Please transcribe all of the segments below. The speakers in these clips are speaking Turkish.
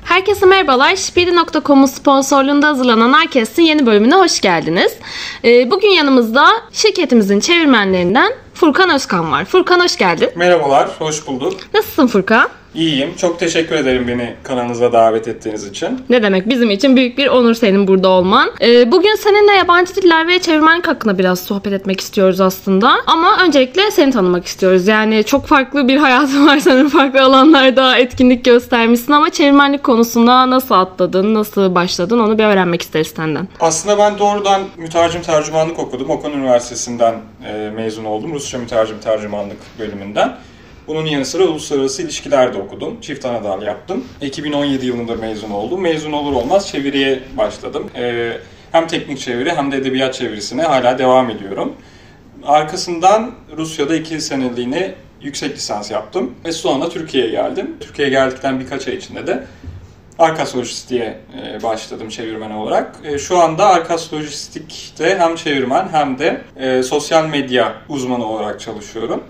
Herkese merhabalar. Şipedi.com'un sponsorluğunda hazırlanan Arkest'in yeni bölümüne hoş geldiniz. Bugün yanımızda şirketimizin çevirmenlerinden Furkan Özkan var. Furkan hoş geldin. Merhabalar, hoş bulduk. Nasılsın Furkan? İyiyim. Çok teşekkür ederim beni kanalınıza davet ettiğiniz için. Ne demek, bizim için büyük bir onur senin burada olman. Bugün seninle yabancı diller ve çevirmenlik hakkında biraz sohbet etmek istiyoruz aslında. Ama öncelikle seni tanımak istiyoruz. Yani çok farklı bir hayatın var senin, farklı alanlarda etkinlik göstermişsin ama çevirmenlik konusunda nasıl atladın, nasıl başladın onu bir öğrenmek isteriz senden. Aslında ben doğrudan mütercim tercümanlık okudum. Okan Üniversitesi'nden mezun oldum. Rusça mütercim tercümanlık bölümünden. Bunun yanı sıra uluslararası ilişkiler de okudum. Çift anadal yaptım. 2017 yılında mezun oldum. Mezun olur olmaz çeviriye başladım. Hem teknik çeviri hem de edebiyat çevirisine hala devam ediyorum. Arkasından Rusya'da 2 seneliğine yüksek lisans yaptım. Ve sonra Türkiye'ye geldim. Türkiye'ye geldikten birkaç ay içinde de Arkas Lojistik'e başladım çevirmen olarak. Şu anda Arkas Lojistik'te hem çevirmen hem de sosyal medya uzmanı olarak çalışıyorum.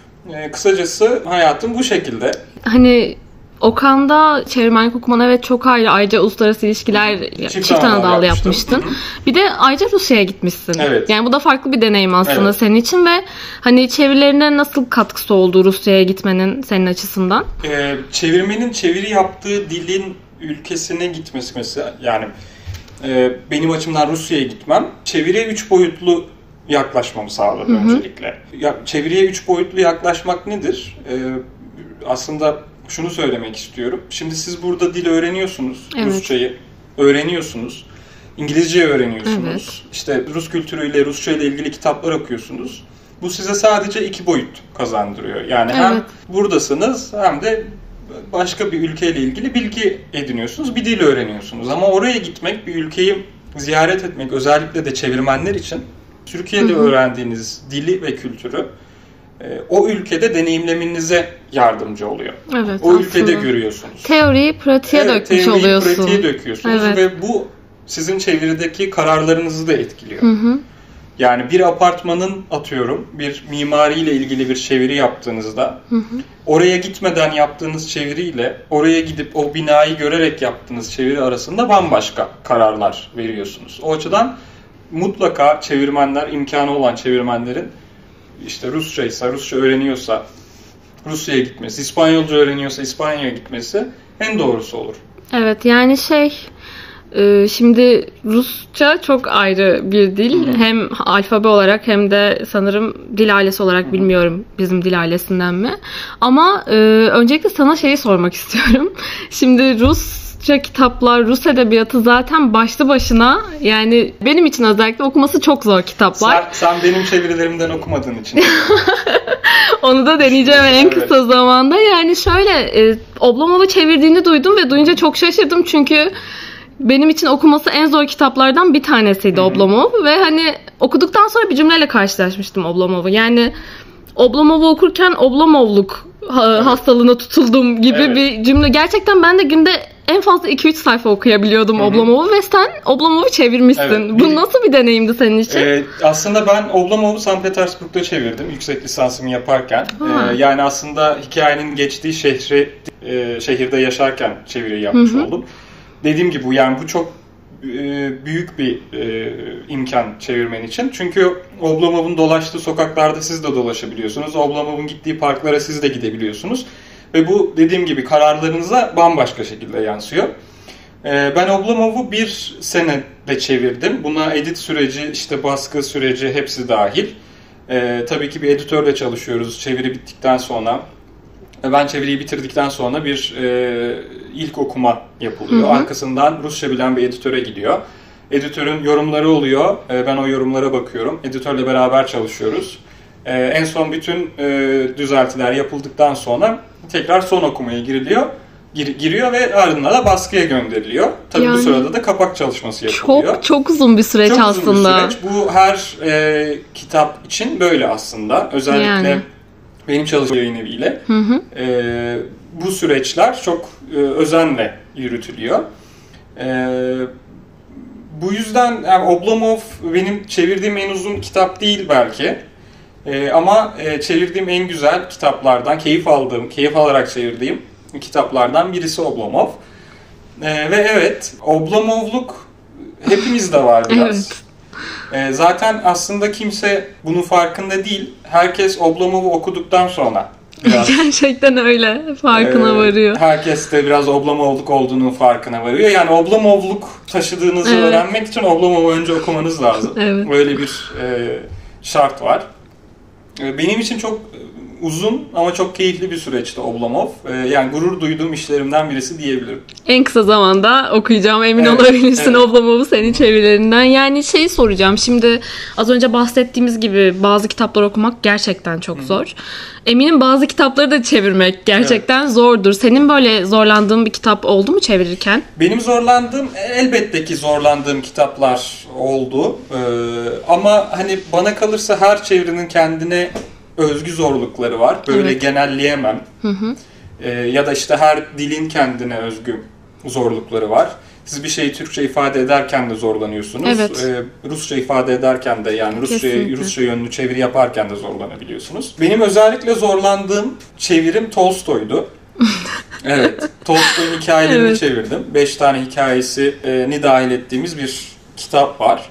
Kısacası hayatım bu şekilde. Hani Okan'da çevirmenlik okuman evet çok ayrı. Ayrıca uluslararası ilişkiler çift anadal yapmıştın. Bir de ayrıca Rusya'ya gitmişsin. Evet. Yani bu da farklı bir deneyim aslında evet. senin için ve hani çevirilerine nasıl katkısı oldu Rusya'ya gitmenin senin açısından? Çevirmenin çeviri yaptığı dilin ülkesine gitmesi mesela, yani benim açımdan Rusya'ya gitmem çeviriye 3 boyutlu yaklaşmamı sağladı öncelikle. Çeviriye 3 boyutlu yaklaşmak nedir? Aslında şunu söylemek istiyorum. Şimdi siz burada dil öğreniyorsunuz. Evet. Rusçayı öğreniyorsunuz. İngilizceyi öğreniyorsunuz. Evet. İşte Rus kültürüyle, Rusça ile ilgili kitaplar okuyorsunuz. Bu size sadece 2 boyut kazandırıyor. Yani evet. Hem buradasınız hem de başka bir ülkeyle ilgili bilgi ediniyorsunuz. Bir dil öğreniyorsunuz. Ama oraya gitmek, bir ülkeyi ziyaret etmek, özellikle de çevirmenler için Türkiye'de öğrendiğiniz dili ve kültürü o ülkede deneyimlemenize yardımcı oluyor. Evet, o ülkede görüyorsunuz. Teoriyi pratiğe dökmüş oluyorsun. Teoriyi pratiğe döküyorsunuz ve bu sizin çevirideki kararlarınızı da etkiliyor. Yani bir apartmanın atıyorum bir mimariyle ilgili bir çeviri yaptığınızda oraya gitmeden yaptığınız çeviriyle oraya gidip o binayı görerek yaptığınız çeviri arasında bambaşka kararlar veriyorsunuz. O açıdan mutlaka çevirmenler, imkanı olan çevirmenlerin işte Rusça öğreniyorsa Rusya'ya gitmesi, İspanyolca öğreniyorsa İspanya'ya gitmesi en doğrusu olur. Evet, yani şimdi Rusça çok ayrı bir dil. Hem alfabe olarak hem de sanırım dil ailesi olarak bilmiyorum bizim dil ailesinden mi. Ama öncelikle sana şeyi sormak istiyorum. Şimdi Rusça kitaplar, Rus edebiyatı zaten başlı başına, yani benim için özellikle okuması çok zor kitaplar. Sen benim çevirilerimden okumadığın için. Onu da deneyeceğim en kısa zamanda. Yani şöyle, Oblomov'u çevirdiğini duydum ve duyunca çok şaşırdım çünkü benim için okuması en zor kitaplardan bir tanesiydi Oblomov ve hani okuduktan sonra bir cümleyle karşılaşmıştım Oblomov'u. Yani Oblomov'u okurken Oblomovluk hastalığına tutuldum gibi bir cümle. Gerçekten ben de günde en fazla 2-3 sayfa okuyabiliyordum Oblomov'u ve sen Oblomov'u çevirmişsin. Evet. Bu nasıl bir deneyimdi senin için? Aslında ben Oblomov'u St. Petersburg'da çevirdim yüksek lisansımı yaparken. Yani aslında hikayenin geçtiği şehirde yaşarken çeviri yapmış oldum. Dediğim gibi yani bu çok büyük bir imkan çevirmen için. Çünkü Oblomov'un dolaştığı sokaklarda siz de dolaşabiliyorsunuz. Oblomov'un gittiği parklara siz de gidebiliyorsunuz. Ve bu dediğim gibi kararlarınıza bambaşka şekilde yansıyor. Ben Oblomov'u 1 senede çevirdim. Buna edit süreci, işte baskı süreci hepsi dahil. Tabii ki bir editörle çalışıyoruz çeviri bittikten sonra. Ben çeviriyi bitirdikten sonra bir ilk okuma yapılıyor. Arkasından Rusça bilen bir editöre gidiyor. Editörün yorumları oluyor. Ben o yorumlara bakıyorum. Editörle beraber çalışıyoruz. En son bütün düzeltiler yapıldıktan sonra tekrar son okumaya giriyor ve ardından da baskıya gönderiliyor. Tabii yani, bu sırada da kapak çalışması yapılıyor. Çok uzun bir süreç aslında. Çok uzun bir süreç. Bu her kitap için böyle aslında. Özellikle benim çalıştığım yayın eviyle. Bu süreçler çok özenle yürütülüyor. Bu yüzden yani Oblomov benim çevirdiğim en uzun kitap değil belki. Ama çevirdiğim en güzel kitaplardan, keyif alarak çevirdiğim kitaplardan birisi Oblomov. Ve evet, Oblomovluk hepimizde var biraz. Zaten aslında kimse bunun farkında değil. Herkes Oblomov'u okuduktan sonra biraz gerçekten öyle farkına varıyor. Herkes de biraz Oblomovluk olduğunun farkına varıyor. Yani Oblomovluk taşıdığınızı öğrenmek için Oblomov'u önce okumanız lazım. Böyle bir şart var. Benim için çok uzun ama çok keyifli bir süreçti Oblomov. Yani gurur duyduğum işlerimden birisi diyebilirim. En kısa zamanda okuyacağım, emin olabilirsin Oblomov'u senin çevirilerinden. Yani şeyi soracağım. Şimdi az önce bahsettiğimiz gibi bazı kitaplar okumak gerçekten çok zor. Eminim bazı kitapları da çevirmek gerçekten zordur. Senin böyle zorlandığın bir kitap oldu mu çevirirken? Benim zorlandığım, elbette ki zorlandığım kitaplar oldu. Ama hani bana kalırsa her çevirinin kendine özgü zorlukları var. Böyle genelleyemem. Ya da işte her dilin kendine özgü zorlukları var. Siz bir şeyi Türkçe ifade ederken de zorlanıyorsunuz. Rusça ifade ederken de, yani Rusça yönlü çeviri yaparken de zorlanabiliyorsunuz. Benim özellikle zorlandığım çevirim Tolstoy'du. Evet, Tolstoy'un hikayelerini çevirdim. 5 tane hikayesini dahil ettiğimiz bir kitap var.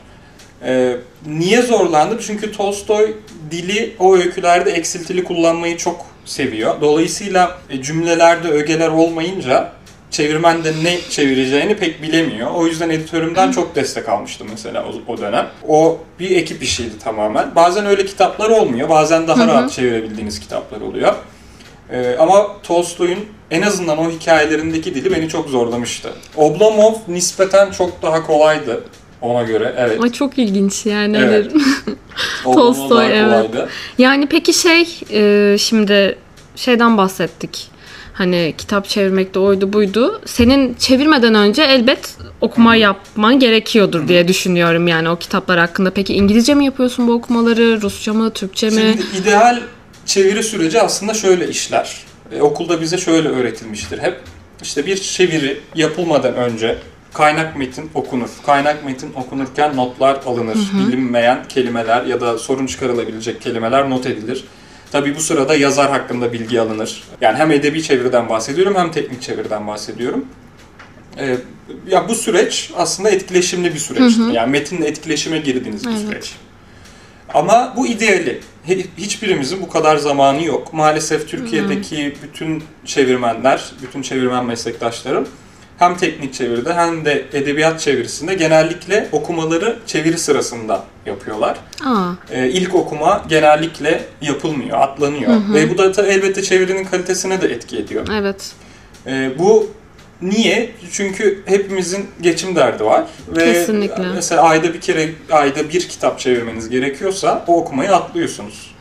Niye zorlandım? Çünkü Tolstoy dili o öykülerde eksiltili kullanmayı çok seviyor. Dolayısıyla cümlelerde ögeler olmayınca çevirmen de ne çevireceğini pek bilemiyor. O yüzden editörümden çok destek almıştım mesela o dönem. O bir ekip işiydi tamamen. Bazen öyle kitaplar olmuyor. Bazen daha rahat çevirebildiğiniz kitaplar oluyor. Ama Tolstoy'un en azından o hikayelerindeki dili beni çok zorlamıştı. Oblomov nispeten çok daha kolaydı ona göre. Evet. Ay çok ilginç yani. Tolstoy kolaydı. Yani peki şimdi şeyden bahsettik. Hani kitap çevirmekte oydu buydu. Senin çevirmeden önce elbet okuma yapman gerekiyordur diye düşünüyorum yani o kitaplar hakkında. Peki İngilizce mi yapıyorsun bu okumaları? Rusça mı? Türkçe mi? Şimdi ideal çeviri süreci aslında şöyle işler. Okulda bize şöyle öğretilmiştir hep. İşte bir çeviri yapılmadan önce kaynak metin okunur. Kaynak metin okunurken notlar alınır. Bilinmeyen kelimeler ya da sorun çıkarılabilecek kelimeler not edilir. Tabii bu sırada yazar hakkında bilgi alınır. Yani hem edebi çeviriden bahsediyorum hem teknik çeviriden bahsediyorum. Ya bu süreç aslında etkileşimli bir süreçtir. Yani metinle etkileşime girdiğiniz bir süreç. Ama bu ideali. Hiçbirimizin bu kadar zamanı yok. Maalesef Türkiye'deki bütün çevirmenler, bütün çevirmen meslektaşlarım hem teknik çeviride hem de edebiyat çevirisinde genellikle okumaları çeviri sırasında yapıyorlar. İlk okuma genellikle yapılmıyor, atlanıyor. Ve bu da elbette çevirinin kalitesine de etki ediyor. Evet. Bu niye? Çünkü hepimizin geçim derdi var. Ve kesinlikle. Mesela ayda bir kitap çevirmeniz gerekiyorsa o okumayı atlıyorsunuz.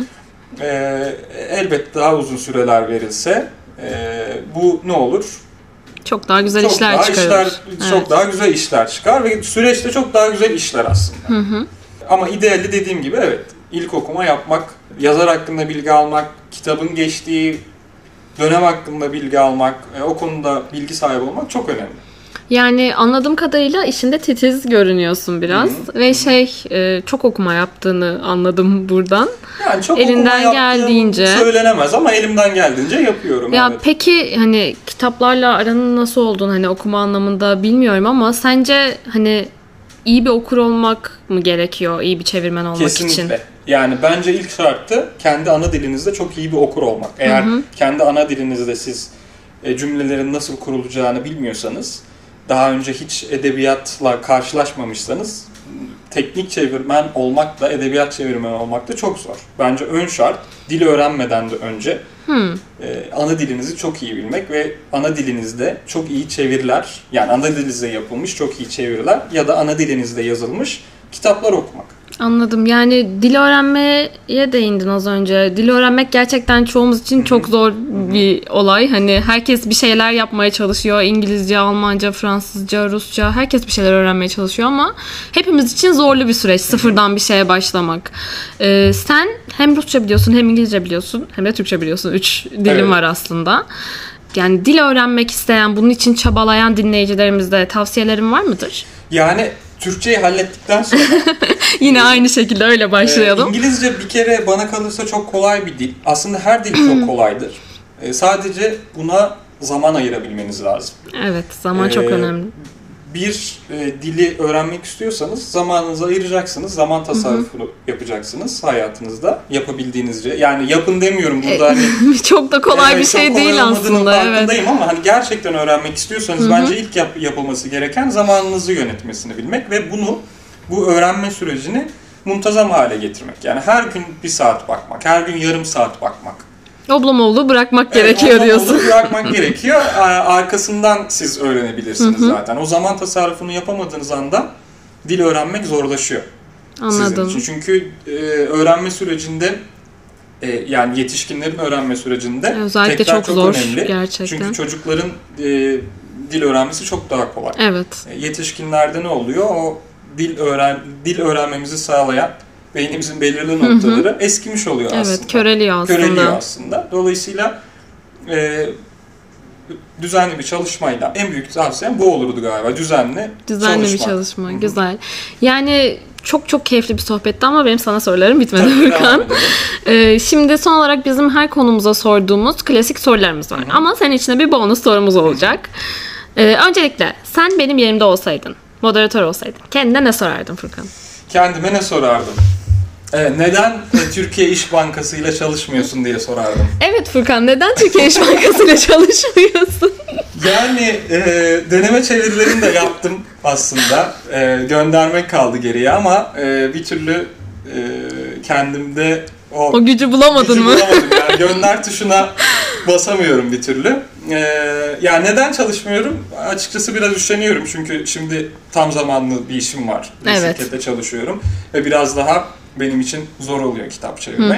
Elbette daha uzun süreler verilse bu ne olur? Çok daha güzel işler çıkar. Çok daha güzel işler çıkar ve süreçte çok daha güzel işler aslında. Ama ideali dediğim gibi ilk okuma yapmak, yazar hakkında bilgi almak, kitabın geçtiği dönem hakkında bilgi almak, o konuda bilgi sahibi olmak çok önemli. Yani anladığım kadarıyla işinde titiz görünüyorsun biraz ve çok okuma yaptığını anladım buradan. Yani çok elinden geldiğince söylenemez ama elimden geldiğince yapıyorum. Ya peki hani kitaplarla aranın nasıl olduğunu hani okuma anlamında bilmiyorum ama sence hani iyi bir okur olmak mı gerekiyor iyi bir çevirmen olmak için? Kesinlikle. Yani bence ilk şartı kendi ana dilinizde çok iyi bir okur olmak. Eğer kendi ana dilinizde siz cümlelerin nasıl kurulacağını bilmiyorsanız, daha önce hiç edebiyatla karşılaşmamışsanız teknik çevirmen olmak da edebiyat çevirmeni olmak da çok zor. Bence ön şart dili öğrenmeden de önce ana dilinizi çok iyi bilmek ve ana dilinizde çok iyi çeviriler, yani ana dilinizde yapılmış çok iyi çeviriler ya da ana dilinizde yazılmış kitaplar okumak. Anladım. Yani dil öğrenmeye değindin az önce. Dil öğrenmek gerçekten çoğumuz için çok zor bir olay. Hani herkes bir şeyler yapmaya çalışıyor. İngilizce, Almanca, Fransızca, Rusça. Herkes bir şeyler öğrenmeye çalışıyor ama hepimiz için zorlu bir süreç. Sıfırdan bir şeye başlamak. Sen hem Rusça biliyorsun, hem İngilizce biliyorsun, hem de Türkçe biliyorsun. 3 dilin var aslında. Yani dil öğrenmek isteyen, bunun için çabalayan dinleyicilerimizde tavsiyelerin var mıdır? Yani Türkçeyi hallettikten sonra yine aynı şekilde öyle başlayalım. İngilizce bir kere bana kalırsa çok kolay bir dil. Aslında her dil çok kolaydır. Sadece buna zaman ayırabilmeniz lazım. Evet, zaman çok önemli. Bir dili öğrenmek istiyorsanız zamanınızı ayıracaksınız. Zaman tasarrufu yapacaksınız hayatınızda yapabildiğinizce. Yani yapın demiyorum burada hani. Çok da kolay bir şey değil aslında. Farkındayım ama hani gerçekten öğrenmek istiyorsanız bence ilk yapılması gereken zamanınızı yönetmesini bilmek ve bu öğrenme sürecini muntazam hale getirmek. Yani her gün 1 saat bakmak, her gün yarım saat bakmak. Oblomov'u bırakmak gerekiyor diyorsun. Oblomov'u bırakmak gerekiyor. Arkasından siz öğrenebilirsiniz zaten. O zaman tasarrufunu yapamadığınız anda dil öğrenmek zorlaşıyor. Anladım. Sizin için. Çünkü öğrenme sürecinde yani yetişkinlerin öğrenme sürecinde özellikle çok zor önemli. Gerçekten. Çünkü çocukların dil öğrenmesi çok daha kolay. Evet. Yetişkinlerde ne oluyor? O dil öğrenmemizi sağlayan beynimizin belirli noktaları eskimiş oluyor aslında. Evet, köreliyor aslında. Dolayısıyla düzenli bir çalışmayla en büyük tavsiyem bu olurdu galiba. Düzenli bir çalışma. Güzel. Yani çok keyifli bir sohbetti ama benim sana sorularım bitmedi Furkan. Şimdi son olarak bizim her konumuza sorduğumuz klasik sorularımız var. Ama senin için de bir bonus sorumuz olacak. Öncelikle sen benim yerimde olsaydın, moderatör olsaydın kendine ne sorardın Furkan? Kendime ne sorardım? Neden Türkiye İş Bankası ile çalışmıyorsun diye sorardım. Evet Furkan, neden Türkiye İş Bankası ile çalışmıyorsun? Yani deneme çevirilerini de yaptım aslında. Göndermek kaldı geriye ama bir türlü kendimde o gücü bulamadın mı? Yani gönder tuşuna basamıyorum bir türlü. Yani neden çalışmıyorum? Açıkçası biraz üşeniyorum çünkü şimdi tam zamanlı bir işim var. Bir şirkette çalışıyorum ve biraz daha benim için zor oluyor kitap çevirmek.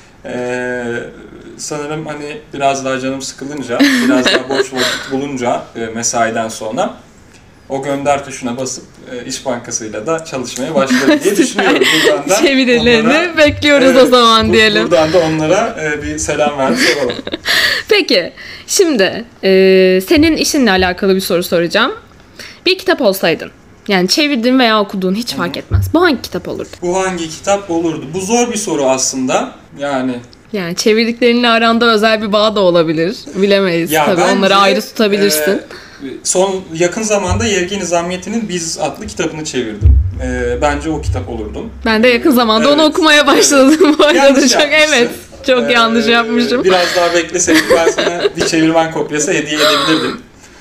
Sanırım hani biraz daha canım sıkılınca, biraz daha boş vakit bulunca mesaiden sonra o gönder tuşuna basıp İş Bankası'yla da çalışmaya başlarım diye düşünüyorum. Çevirilerini bekliyoruz o zaman diyelim. Buradan da onlara bir selam vermiş olalım. Peki, şimdi senin işinle alakalı bir soru soracağım. Bir kitap olsaydın, yani çevirdiğin veya okuduğun hiç fark etmez. Bu hangi kitap olurdu? Bu hangi kitap olurdu? Bu zor bir soru aslında. Yani çevirdiklerinle aranda özel bir bağ da olabilir. Bilemeyiz. Tabii onları ayrı tutabilirsin. Yakın zamanda Yevgeni Zamyatin'in Biz adlı kitabını çevirdim. Bence o kitap olurdu. Ben de yakın zamanda onu okumaya başladım. Bu arada çok yanlış yapmışım. Biraz daha bekleseydim ben sana bir çevirmen kopyası hediye edebilirdim.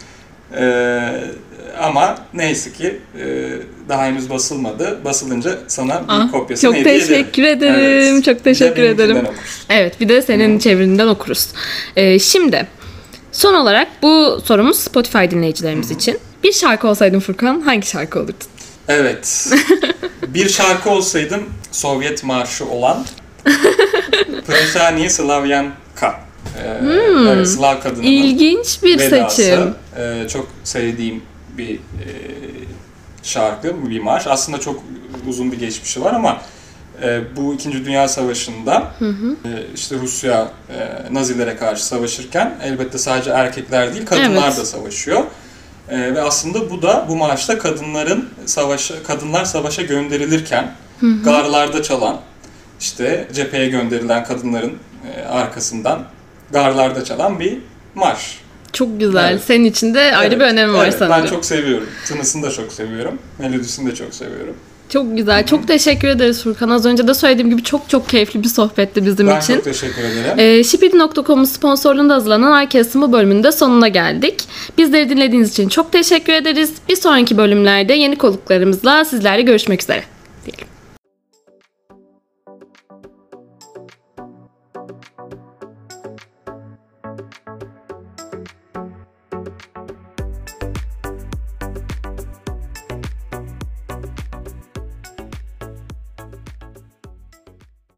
Ama neyse ki daha henüz basılmadı. Basılınca sana bir kopyasını hediye ederim. Çok teşekkür ederim. Evet. Çok teşekkür ederim. Evet, bir de senin çevirinden okuruz. Şimdi son olarak bu sorumuz Spotify dinleyicilerimiz için. Bir şarkı olsaydın Furkan, hangi şarkı olurdun? Evet. Bir şarkı olsaydım Sovyet marşı olan Prashanie Slavyanka. Evet, Slav kadınının İlginç bir vedası. Seçim. Çok sevdiğim bir şarkı, bir marş. Aslında çok uzun bir geçmişi var ama bu 2. Dünya Savaşı'nda işte Rusya Nazilere karşı savaşırken elbette sadece erkekler değil kadınlar da savaşıyor. Ve aslında bu marşta kadınlar savaşa gönderilirken garlarda çalan, işte cepheye gönderilen kadınların arkasından garlarda çalan bir marş. Çok güzel. Evet. Senin için de ayrı bir önemi var sanırım. Ben çok seviyorum. Tınısını da çok seviyorum. Melodisini de çok seviyorum. Çok güzel. Çok teşekkür ederiz Furkan. Az önce de söylediğim gibi çok keyifli bir sohbetti bizim için. Ben çok teşekkür ederim. Shipit.com'un sponsorluğunda hazırlanan Ay-Kestim bu bölümünün de sonuna geldik. Bizleri dinlediğiniz için çok teşekkür ederiz. Bir sonraki bölümlerde yeni konuklarımızla sizlerle görüşmek üzere.